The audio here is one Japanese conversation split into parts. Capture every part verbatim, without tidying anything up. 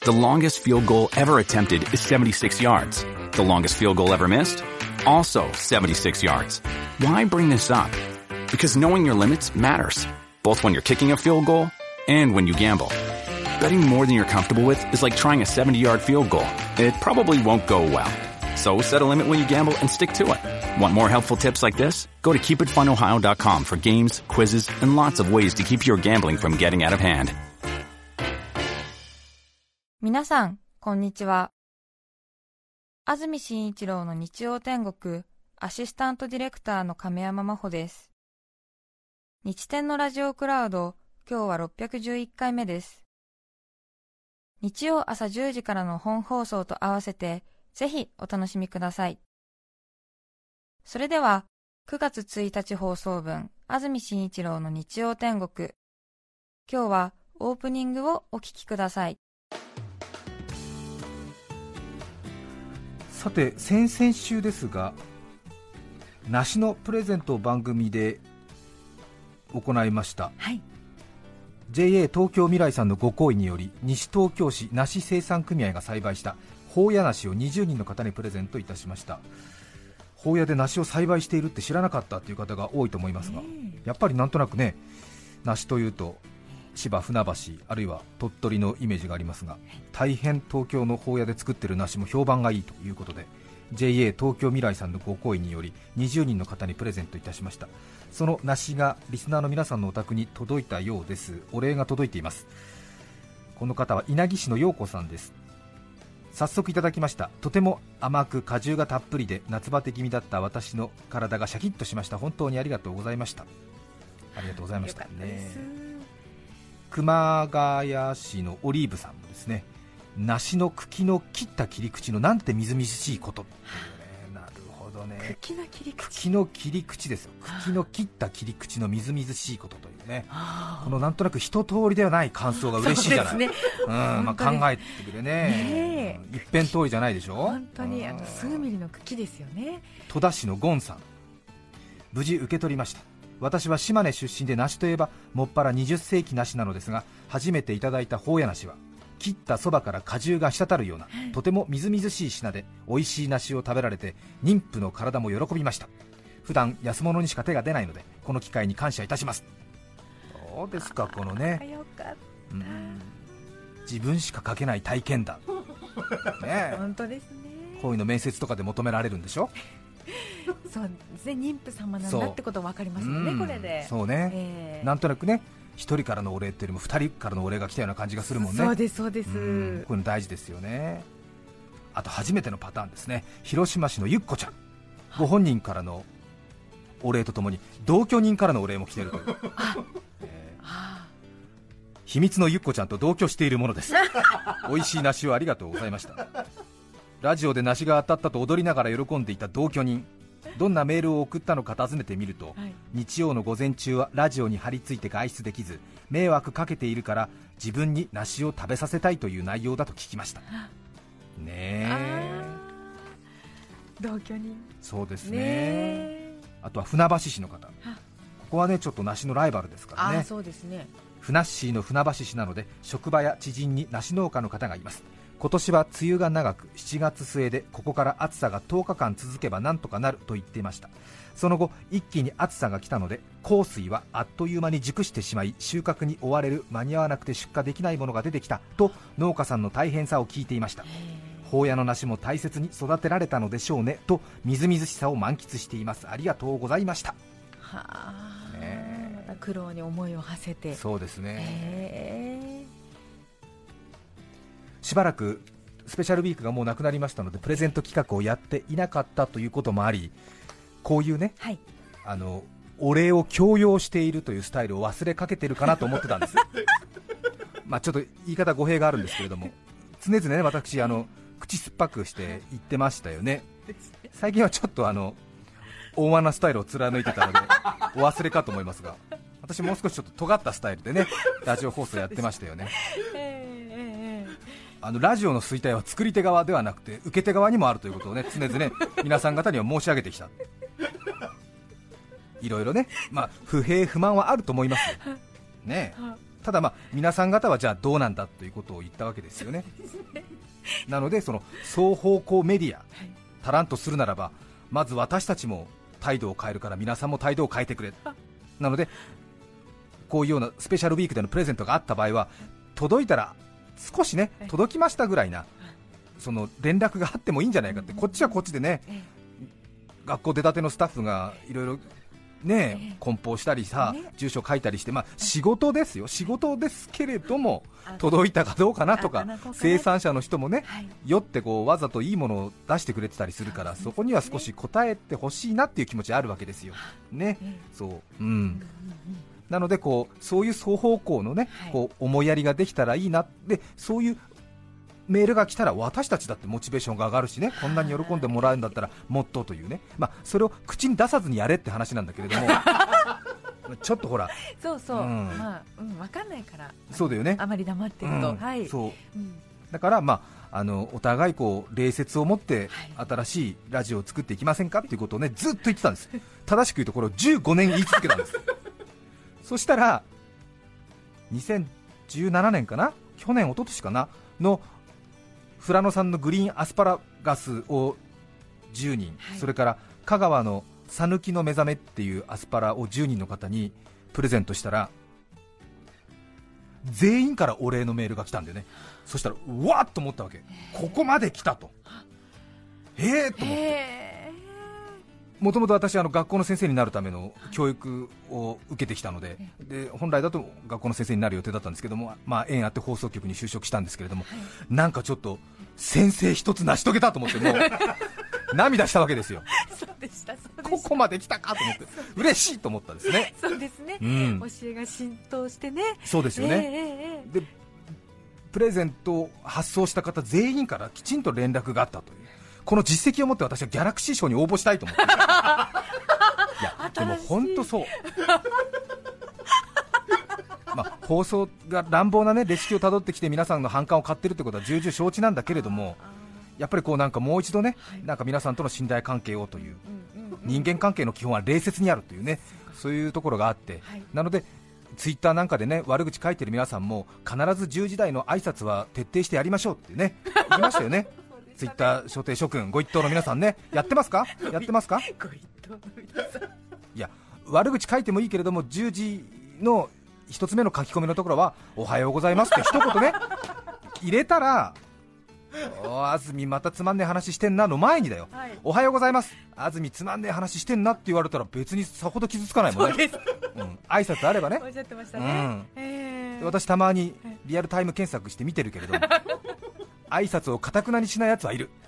The longest field goal ever attempted is seventy-six yards. The longest field goal ever missed? Also seventy-six yards. Why bring this up? Because knowing your limits matters, both when you're kicking a field goal and when you gamble. Betting more than you're comfortable with is like trying a seventy-yard field goal. It probably won't go well. So set a limit when you gamble and stick to it. Want more helpful tips like this? Go to keep it fun ohio dot com for games, quizzes, and lots of ways to keep your gambling from getting out of hand. 皆さん、こんにちは。安住紳一郎の日曜天国、アシスタントディレクターの亀山真帆です。日天のラジオクラウド、今日はろっぴゃくじゅういっかいめです。日曜朝じゅうじからの本放送と合わせて、ぜひお楽しみください。それでは、くがつついたち放送分、安住紳一郎の日曜天国。今日はオープニングをお聞きください。 さて、先々週ですが、梨のプレゼントを番組で行いました、 はい、 ジェイエー 東京未来さんのご厚意により西東京市梨生産組合が栽培した宝屋梨をにじゅうにんの方にプレゼントいたしました。宝屋で梨を栽培しているって知らなかったという方が多いと思いますが、やっぱりなんとなくね、梨というと千葉、船橋、あるいは鳥取のイメージがありますが、大変東京の宝屋で作っている梨も評判がいいということで ジェイエー 東京未来さんのご厚意によりにじゅうにんの方にプレゼントいたしました。その梨がリスナーの皆さんのお宅に届いたようです。お礼が届いています。この方は稲城市の陽子さんです。早速いただきました。とても甘く果汁がたっぷりで夏バテ気味だった私の体がシャキッとしました。本当にありがとうございました。ありがとうございましたね。熊谷市のオリーブさんもですね、梨の茎の切った切り口のなんてみずみずしいことっていうね。なるほどね。 茎の切り口、 茎の切り口ですよ。茎の切った切り口のみずみずしいことというね、このなんとなく一通りではない感想が嬉しいじゃない。そうですね、うん、まあ、考えてくれ ね, ね一辺通りじゃないでしょ。 本当にあの数ミリの茎ですよね。 戸田市のゴンさん、無事受け取りました。私は島根出身で梨といえばもっぱらにじゅっせいき梨なのですが、初めていただいた宝屋梨は切ったそばから果汁が滴るようなとてもみずみずしい品で、美味しい梨を食べられて妊婦の体も喜びました。普段安物にしか手が出ないのでこの機会に感謝いたします。どうですかこのね、 よかった、うん、 自分しか書けない体験談ね。 本当ですね。 こういうの面接とかで求められるんでしょ。 そうですね、妊婦様なんだってこと分かりますよね、これで。 そうね、えー、なんとなくね、一人からのお礼っていうよりも二人からのお礼が来たような感じがするもんね。 そうですそうです、 うん、こういうの大事ですよね。あと初めてのパターンですね。広島市のゆっこちゃん、ご本人からのお礼とともに同居人からのお礼も来ているというえー、秘密のゆっこちゃんと同居しているものです。美味しい梨をありがとうございました。ラジオで梨が当たったと踊りながら喜んでいた同居人、どんなメールを送ったのか尋ねてみると、はい、日曜の午前中はラジオに張り付いて外出できず迷惑かけているから自分に梨を食べさせたいという内容だと聞きました。ねえ、 同居人。 そうです ね, ね。あとは船橋市の方、ここはねちょっと梨のライバルですからね。 あ、そうですね。 ふなっしーの船橋市なので職場や知人に梨農家の方がいます。今年は梅雨が長くしちがつ末でここから暑さがとおかかん続けばなんとかなると言っていました。その後一気に暑さが来たので香水はあっという間に熟してしまい収穫に追われる、間に合わなくて出荷できないものが出てきたと農家さんの大変さを聞いていました。宝屋の梨も大切に育てられたのでしょうねとみずみずしさを満喫しています。ありがとうございました。 はあ、ね、また苦労に思いを馳せて。 そうですね、 えーしばらくスペシャルウィークがもうなくなりましたのでプレゼント企画をやっていなかったということもあり、こういうね、はい、あのお礼を強要しているというスタイルを忘れかけてるかなと思ってたんですまあちょっと言い方語弊があるんですけれども、常々ね私あの口酸っぱくして言ってましたよね。最近はちょっとあの大和なスタイルを貫いてたのでお忘れかと思いますが、私もう少しちょっと尖ったスタイルでねラジオ放送やってましたよね。あのラジオの衰退は作り手側ではなくて受け手側にもあるということをね常々皆さん方には申し上げてきた。いろいろね、まあ、不平不満はあると思いますね。 ただまあ皆さん方はじゃあどうなんだということを言ったわけですよね。なのでその双方向メディア、はい、足らんとするならばまず私たちも態度を変えるから皆さんも態度を変えてくれ。なのでこういうようなスペシャルウィークでのプレゼントがあった場合は届いたら少しね届きましたぐらいなその連絡があってもいいんじゃないかって、こっちはこっちでね学校出たてのスタッフがいろいろね梱包したりさ、住所書いたりして、まあ仕事ですよ、仕事ですけれども届いたかどうかなとか、生産者の人もね酔ってこうわざといいものを出してくれてたりするから、そこには少し応えてほしいなっていう気持ちあるわけですよね。そう、うん、なのでこうそういう双方向のねこう思いやりができたらいいな。でそういうメールが来たら私たちだってモチベーションが上がるしね、こんなに喜んでもらうんだったらもっとというね、まあ、それを口に出さずにやれって話なんだけれどもちょっとほらそうそう、うん、まあ、うん、分かんないからそうだよね、 あまり黙ってると、 うん、 はい、 そう、 うん、 だから、まあ、あのお互いこう礼節を持って新しいラジオを作っていきませんかっていうことをねずっと言ってたんです。正しく言うところをじゅうごねん言い続けたんです。そしたらにせんじゅうななねんかな、去年一昨年かなの富良野産のグリーンアスパラガスをじゅうにん、はい、それから香川のさぬきの目覚めっていうアスパラをじゅうにんの方にプレゼントしたら全員からお礼のメールが来たんでね、そしたらうわっと思ったわけ、ここまで来たと、えーと思って、もともと私はあの学校の先生になるための教育を受けてきたの で, で本来だと学校の先生になる予定だったんですけども、まあ、縁あって放送局に就職したんですけれども、はい、なんかちょっと先生一つ成し遂げたと思ってもう涙したわけですよ。 そうでした、そうでした、 ここまで来たかと思って嬉しいと思ったですね。 そうですね、うん、教えが浸透してね。 そうですよね、えーえー、でプレゼントを発送した方全員からきちんと連絡があったという、この実績を持って私はギャラクシー賞に応募したいと思っていやでも本当そうまあ、放送が乱暴な、ね、レシピをたどってきて皆さんの反感を買っているということは重々承知なんだけれども、やっぱりこうなんかもう一度ね、はい、なんか皆さんとの信頼関係をという、うんうんうん、人間関係の基本は礼節にあるというね、そういうところがあって、はい、なのでツイッターなんかでね悪口書いてる皆さんも必ずじゅうじ台の挨拶は徹底してやりましょうってね言いましたよね。ツイッター所定諸君ご一党の皆さんね、やってますかやってますかご一党の皆さん、 いや悪口書いてもいいけれどもじゅうじの一つ目の書き込みのところはおはようございますって一言ね入れたら、お安住またつまんねえ話してんなの前にだよ、はい、おはようございます、安住つまんねえ話してんなって言われたら別にさほど傷つかないもんね。うん、挨拶あればね、 おっしゃってましたね、うん、 えー、私たまにリアルタイム検索して見てるけれども挨拶を堅くなにしないやつはいる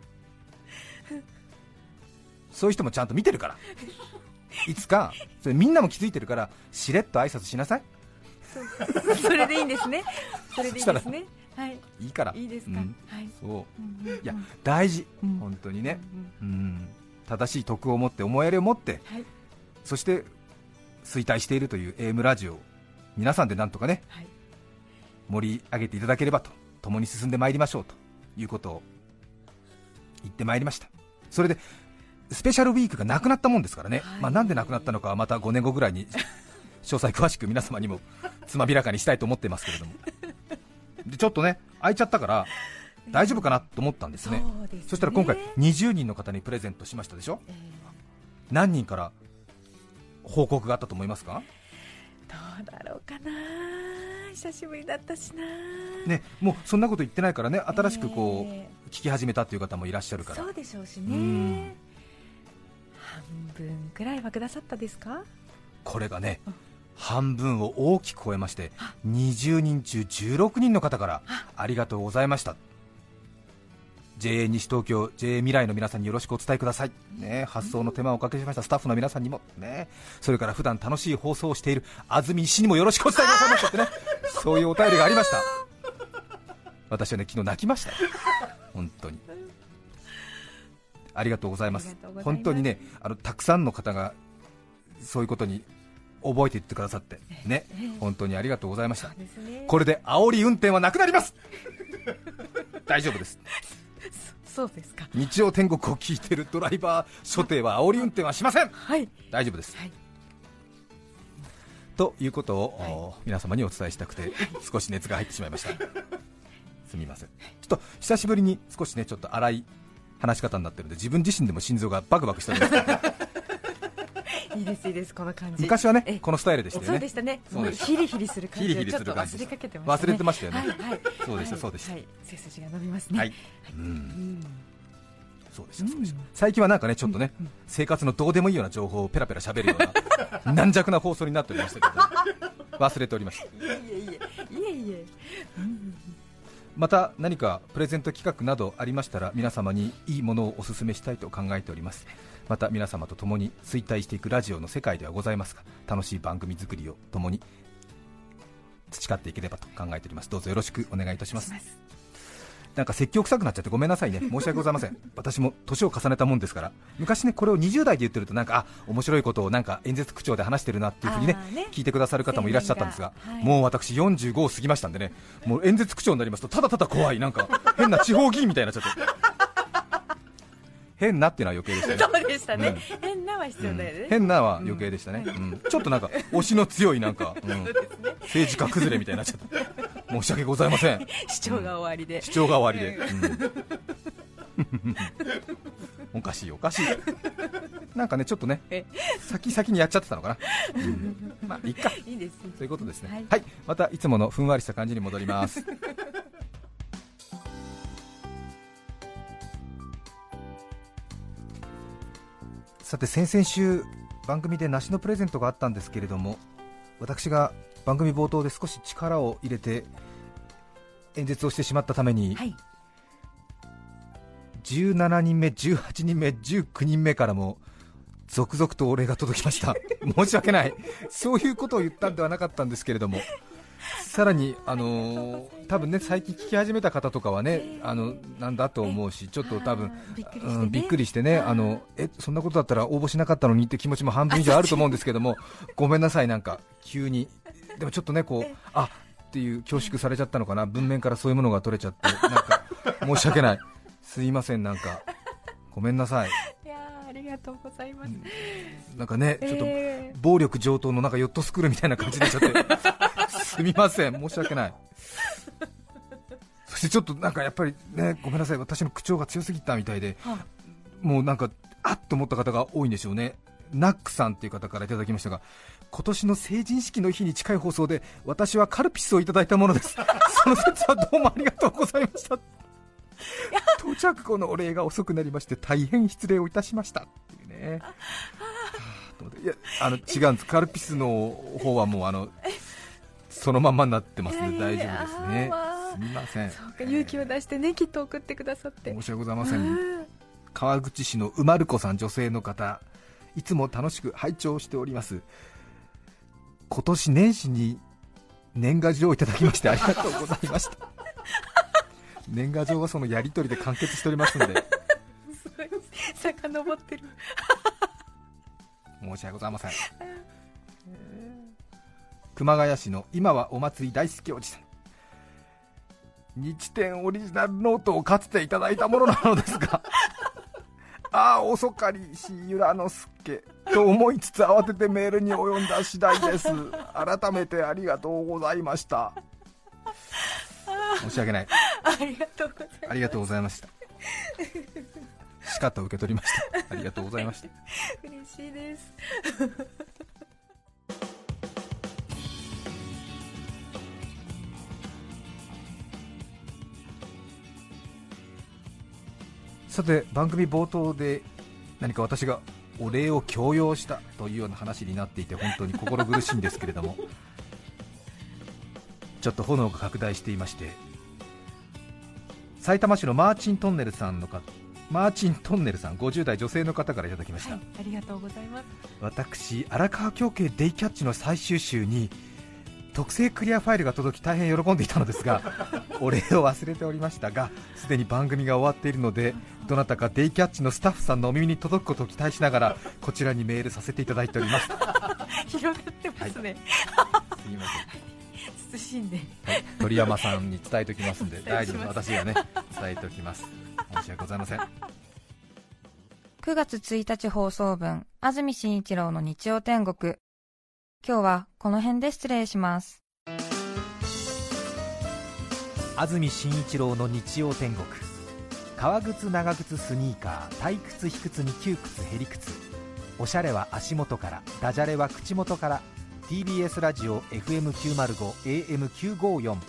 そういう人もちゃんと見てるから、いつかそれみんなも気づいてるからしれっと挨拶しなさい。 それでいいんですね、それでいいですね、はい、 いいから、 いいですか、 うん、 はい、 そう、 うんうんうん、 いや大事、 うん、 本当にね、 うんうんうん正しい徳を持って思いやりを持って、 はい、 そして衰退しているという エーエム ラジオを皆さんでなんとかね、はい、盛り上げていただければと、共に進んでまいりましょうということを言ってまいりました。それでスペシャルウィークがなくなったもんですからね、はい、まあ、なんでなくなったのかはまたごねんごぐらいに詳細詳しく皆様にもつまびらかにしたいと思ってますけれどもでちょっとね空いちゃったから大丈夫かなと思ったんですね。 そ, ですねそしたら今回にじゅうにんの方にプレゼントしましたでしょ、えー、何人から報告があったと思いますか？ どうだろうかな、久しぶりだったしな、 ね、もうそんなこと言ってないからね、新しくこう、えー、聞き始めたという方もいらっしゃるから。 そうでしょうしね、半分くらいはくださったですか？ これがね、うん、半分を大きく超えましてにじゅうにん中じゅうろくにんの方からありがとうございました。 ジェーエー 西東京 ジェーエー 未来の皆さんによろしくお伝えください、ね、発送の手間をおかけしましたスタッフの皆さんにも、ね、それから普段楽しい放送をしている安住石にもよろしくお伝えくださいましたってねそういうお便りがありました。私はね昨日泣きました本当にありがとうございます。本当にねあのたくさんの方がそういうことに覚えていってくださってね、本当にありがとうございました。これで煽り運転はなくなります大丈夫です。 そうですか。 日曜天国を聞いているドライバー所定は煽り運転はしません、 はい、 大丈夫です、 はい、 ということを、 はい、 皆様にお伝えしたくて少し熱が入ってしまいましたすみません。ちょっと久しぶりに少しねちょっと荒い話し方になってるので自分自身でも心臓がバクバクしておりますいいですいいです、この感じ。 昔はねこのスタイルでしたよね。 そうでしたね。もうヒリヒリする感じをちょっと忘れかけてましたね。 忘れてましたよね。 はいはい、 そうでしたそうでした、 はい、背筋が伸びますね。 はい、 うん、 うん、そうでしたそうでした。最近はなんかねちょっとね、うんうん、生活のどうでもいいような情報をペラペラ喋るような軟弱な放送になっておりましたけど忘れておりました。いえいえいえいえいえ、うん、また何かプレゼント企画などありましたら皆様にいいものをお勧めしたいと考えております。また皆様と共に衰退していくラジオの世界ではございますが、楽しい番組作りを共に培っていければと考えております。どうぞよろしくお願いいたします。なんか説教臭くなっちゃってごめんなさいね、申し訳ございません私も年を重ねたもんですから、昔ねこれをにじゅう代で言ってるとなんかあ面白いことをなんか演説口調で話してるなっていうふうに ね, ね聞いてくださる方もいらっしゃったんですが、はい、もう私よんじゅうごを過ぎましたんでね、もう演説口調になりますとただただ怖い、なんか変な地方議員みたいになっちゃって変なっていうのは余計でしたね。 そうでしたね、うん、変なは必要だよね、 うん、変なは余計でしたね、うん、ちょっとなんか推しの強いなんか、うん、政治家崩れみたいになっちゃった申し訳ございません主張が終わりで、 うん、主張が終わりで、うん、おかしいおかしいなんかねちょっとね先先にやっちゃってたのかな、うん、まあいいか、 いいです、 そういうことですね、 はい、 はい、またいつものふんわりした感じに戻りますさて先々週番組で梨のプレゼントがあったんですけれども、私が番組冒頭で少し力を入れて演説をしてしまったために、はい、じゅうななにんめ、じゅうはちにんめ、じゅうきゅうにんめからも続々とお礼が届きました申し訳ない、そういうことを言ったんではなかったんですけれども、さらに、あのー、多分ね最近聞き始めた方とかはね、あのなんだと思うし、ちょっと多分びっくりしてね、うん、びっくりしてね、あのえそんなことだったら応募しなかったのにって気持ちも半分以上あると思うんですけどもごめんなさい、なんか急にでもちょっとねこうあっていう恐縮されちゃったのかな、文面からそういうものが取れちゃってなんか申し訳ない、すいません、なんかごめんなさい。 いやありがとうございます。 なんかね、ちょっと暴力上等のなんかヨットスクールみたいな感じになっちゃってすみません、申し訳ない。そしてちょっとなんかやっぱりね、ごめんなさい、私の口調が強すぎたみたいで、はあ、もうなんかあっと思った方が多いんでしょうね。ナックさんっていう方からいただきましたが、今年の成人式の日に近い放送で私はカルピスをいただいたものですその説はどうもありがとうございました到着後のお礼が遅くなりまして大変失礼をいたしましたっていうね。いやあの違うんです、カルピスの方はもうあのそのまんまになってますので大丈夫ですね、まあ、すみません。 そうか、勇気を出してね、きっと送ってくださって申し訳ございません。川口市のうまる子さん、女性の方、いつも楽しく拝聴しております。今年年始に年賀状をいただきましてありがとうございました年賀状はそのやり取りで完結しておりますのですごい遡ってる申し訳ございません熊谷市の今はお祭り大好きおじさん、日展オリジナルノートをかつていただいたものなのですがああ遅かりしゆらのすけと思いつつ慌ててメールに及んだ次第です。改めてありがとうございました。申し訳ない。 ありがとうございます。 ありがとうございました。しかと受け取りました。ありがとうございました。 嬉しいですさて番組冒頭で何か私がお礼を強要したというような話になっていて本当に心苦しいんですけれどもちょっと炎が拡大していまして、埼玉市のマーチントンネルさんのかマーチントンネルさんごじゅう代女性の方からいただきました、 はい、ありがとうございます。 私荒川京慶デイキャッチの最終週に特製クリアファイルが届き大変喜んでいたのですがお礼を忘れておりましたが、すでに番組が終わっているのでどなたかデイキャッチのスタッフさんのお耳に届くことを期待しながらこちらにメールさせていただいております広がってますね、 はい、すいません慎んで、 はい、鳥山さんに伝えておきますんで大丈夫、私がね伝えておきます。申し訳ございません。 くがつついたち放送分、安住紳一郎の日曜天国。 今日はこの辺で失礼します。 安住紳一郎の日曜天国。革靴長靴スニーカー、タイ靴非靴に窮屈へり靴、おしゃれは足元から、ダジャレは口元から。 ティービーエス ラジオ エフエムきゅうまるご エーエムきゅうごよん。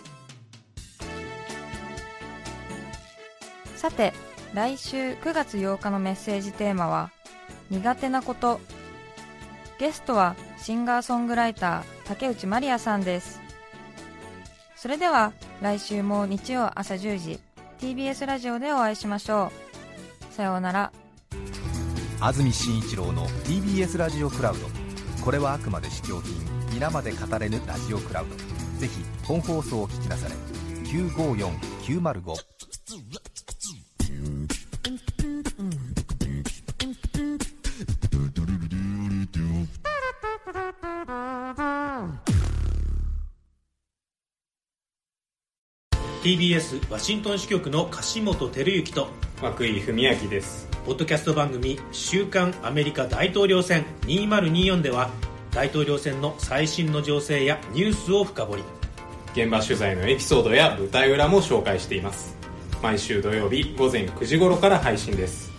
さて、来週くがつようかのメッセージテーマは苦手なこと。ゲストはシンガーソングライター竹内まりやさんです。それでは来週も日曜朝じゅうじ ティービーエス ラジオでお会いしましょう。さようなら。 安住紳一郎の ティービーエス ラジオクラウド。これはあくまで試供品、皆まで語れぬラジオクラウド。ぜひ本放送を聞きなされ。きゅうごよんきゅうまるご。 ティービーエス ワシントン支局の樫本照之と涌井文明です。 ポッドキャスト番組週刊アメリカ大統領選にせんにじゅうよんでは大統領選の最新の情勢やニュースを深掘り、 現場取材のエピソードや舞台裏も紹介しています。毎週土曜日午前くじ頃から配信です。